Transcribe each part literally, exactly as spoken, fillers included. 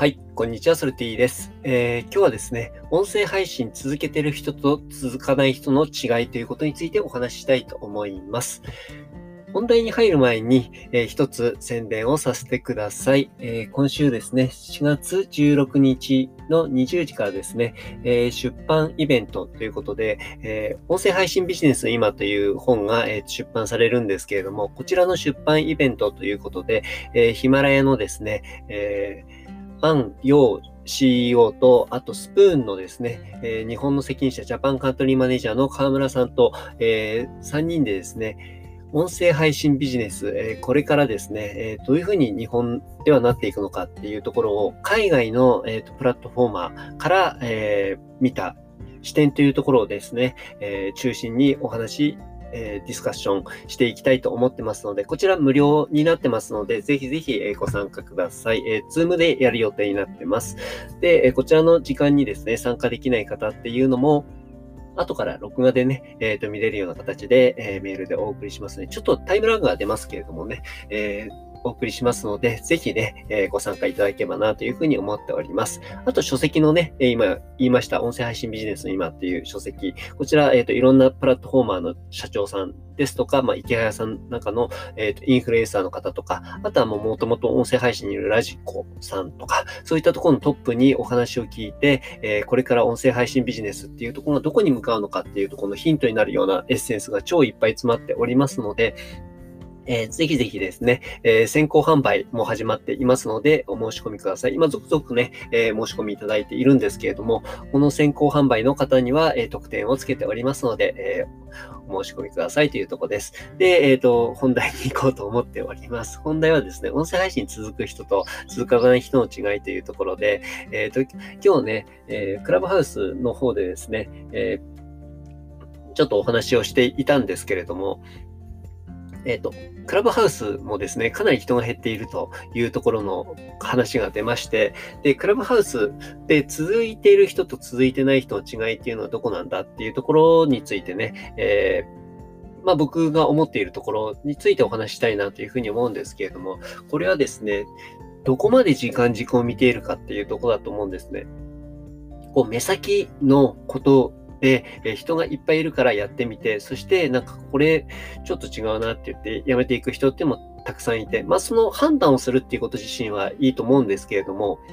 はい、こんにちは、ソルティです、えー。今日はですね、音声配信続けてる人と続かない人の違いということについてお話ししたいと思います。本題に入る前に、えー、一つ宣伝をさせてください、えー。今週ですね、しがつじゅうろくにちのにじゅうじからですね、えー、出版イベントということで、えー、音声配信ビジネスの今という本が、えー、出版されるんですけれども、こちらの出版イベントということで、えー、ヒマラヤのですね、えーアン・ヨウ シーイーオー と、あとスプーンのですね、えー、日本の責任者ジャパンカントリーマネージャーの川村さんと、えー、さんにんでですね、音声配信ビジネス、えー、これからですね、えー、どういうふうに日本ではなっていくのかっていうところを海外の、えーと、プラットフォーマーから、えー、見た視点というところをですね、えー、中心にお話えー、ディスカッションしていきたいと思ってますので、こちら無料になってますので、ぜひぜひご参加ください。えー、ズームでやる予定になってます。で、こちらの時間にですね、参加できない方っていうのも、後から録画でね、えっと、見れるような形で、えー、メールでお送りしますね。ちょっとタイムラグが出ますけれどもね、えーお送りしますので、ぜひね、えー、ご参加いただければなというふうに思っております。あと書籍のね、今言いました音声配信ビジネスの今っていう書籍、こちら、えっと、いろんなプラットフォーマーの社長さんですとか、まあ、池早さんなんかの、えっと、インフルエンサーの方とか、あとはもう元々音声配信にいるラジコさんとか、そういったところのトップにお話を聞いて、えー、これから音声配信ビジネスっていうところがどこに向かうのかっていうところのヒントになるようなエッセンスが超いっぱい詰まっておりますので、えー、ぜひぜひですね、えー、先行販売も始まっていますので、お申し込みください。今、続々ね、えー、申し込みいただいているんですけれども、この先行販売の方には、えー、特典をつけておりますので、えー、お申し込みくださいというところです。で、えっと、本題に行こうと思っております。本題はですね、音声配信続く人と続かない人の違いというところで、えっと、今日ね、えー、クラブハウスの方でですね、えー、ちょっとお話をしていたんですけれども、えっと、クラブハウスもですね、かなり人が減っているというところの話が出まして、で、クラブハウスで続いている人と続いてない人の違いっていうのはどこなんだっていうところについてね、えー、まあ僕が思っているところについてお話したいなというふうに思うんですけれども、これはですね、どこまで時間軸を見ているかっていうところだと思うんですね。こう目先のことで、え人がいっぱいいるからやってみて、そしてなんかこれちょっと違うなって言ってやめていく人ってもたくさんいて、まあその判断をするっていうこと自身はいいと思うんですけれども、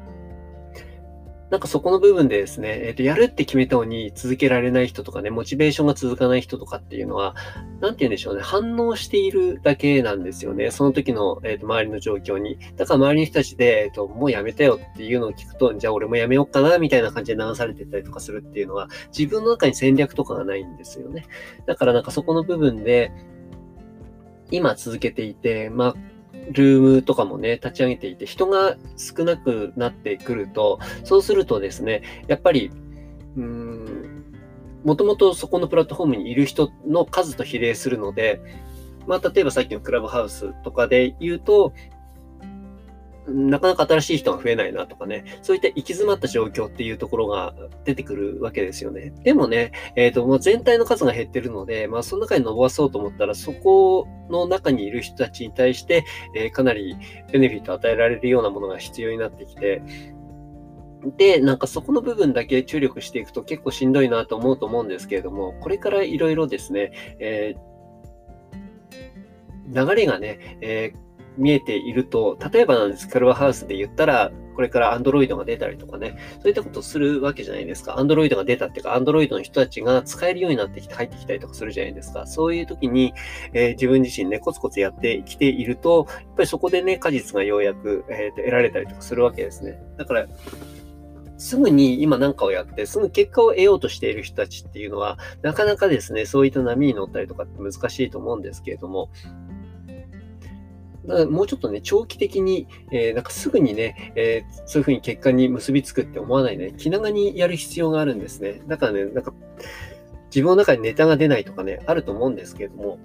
なんかそこの部分でですね、えっと、やるって決めたのに続けられない人とかね、モチベーションが続かない人とかっていうのは、なんて言うんでしょうね、反応しているだけなんですよね。その時の、えっと、周りの状況に。だから周りの人たちで、えっと、もうやめたよっていうのを聞くと、じゃあ俺もやめようかな、みたいな感じで流されてったりとかするっていうのは、自分の中に戦略とかがないんですよね。だからなんかそこの部分で、今続けていて、まあ、ルームとかもね、立ち上げていて、人が少なくなってくると、そうするとですね、やっぱり、うーん、もともとそこのプラットフォームにいる人の数と比例するので、まあ、例えばさっきのクラブハウスとかで言うと、なかなか新しい人が増えないなとかね、そういった行き詰まった状況っていうところが出てくるわけですよね。でもね、えっと、もう全体の数が減ってるので、まあ、その中に伸ばそうと思ったら、そこの中にいる人たちに対して、えー、かなりベネフィットを与えられるようなものが必要になってきて、で、なんかそこの部分だけ注力していくと結構しんどいなと思うと思うんですけれども、これからいろいろですね、えー、流れがね、えー見えていると、例えばなんです、クラブハウスで言ったら、これから Android が出たりとかね、そういったことをするわけじゃないですか。Android が出たっていうか、Android の人たちが使えるようになってきて入ってきたりとかするじゃないですか。そういう時に、えー、自分自身ね、コツコツやってきていると、やっぱりそこでね、果実がようやく、えー、と得られたりとかするわけですね。だから、すぐに今何かをやって、すぐ結果を得ようとしている人たちっていうのは、なかなかですね、そういった波に乗ったりとかって難しいと思うんですけれども、もうちょっとね、長期的に、えー、なんかすぐにね、えー、そういうふうに結果に結びつくって思わないでね、気長にやる必要があるんですね。だからね、なんか、自分の中にネタが出ないとかね、あると思うんですけれども、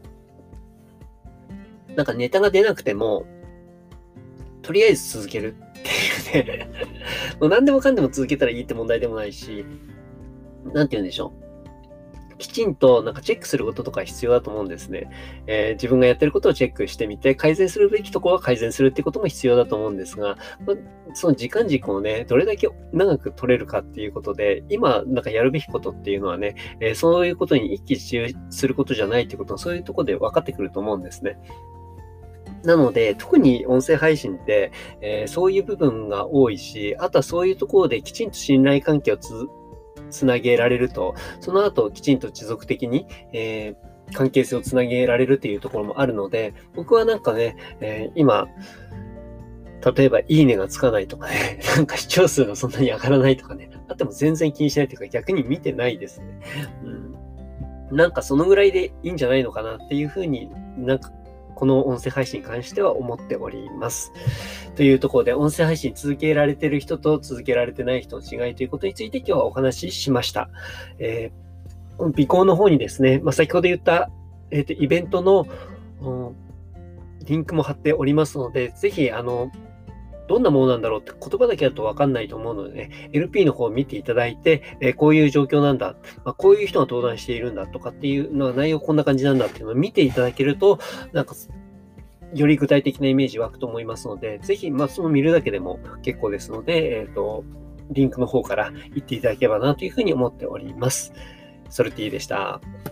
なんかネタが出なくても、とりあえず続けるっていうね、もう何でもかんでも続けたらいいって問題でもないし、なんて言うんでしょう。 きちんとなんかチェックすることとか必要だと思うんですね。えー自分がやってることをチェックしてみて、改善するべきところは改善するってことも必要だと思うんですが、まあその時間軸をね、どれだけ長く取れるかっていうことで、今なんかやるべきことっていうのはね、えーそういうことに一喜一憂することじゃないってことは、そういうところで分かってくると思うんですね。なので、特に音声配信って、えーそういう部分が多いし、あとはそういうところできちんと信頼関係をつつなげられると、その後きちんと持続的に、えー関係性をつなげられるっていうところもあるので、僕はなんかね、えー今、例えばいいねがつかないとかね、なんか視聴数がそんなに上がらないとかね、あっても全然気にしないというか逆に見てないですね。うん、なんかそのぐらいでいいんじゃないのかなっていうふうになんかこの音声配信に関しては思っております。というところで、音声配信続けられている人と続けられてない人の違いということについて今日はお話ししました。えーこの尾行の方にですね、まあ、先ほど言った、えーと、イベントの、うん、リンクも貼っておりますので、ぜひ、あの、どんなものなんだろうって言葉だけだと分かんないと思うのでね、エルピー の方を見ていただいて、えーこういう状況なんだ、まあ、こういう人が登壇しているんだとかっていうのは内容こんな感じなんだっていうのを見ていただけると、なんか、より具体的なイメージ湧くと思いますので、ぜひ、まあ、その見るだけでも結構ですので、えっと、リンクの方から行っていただければなというふうに思っております。ソルティでした。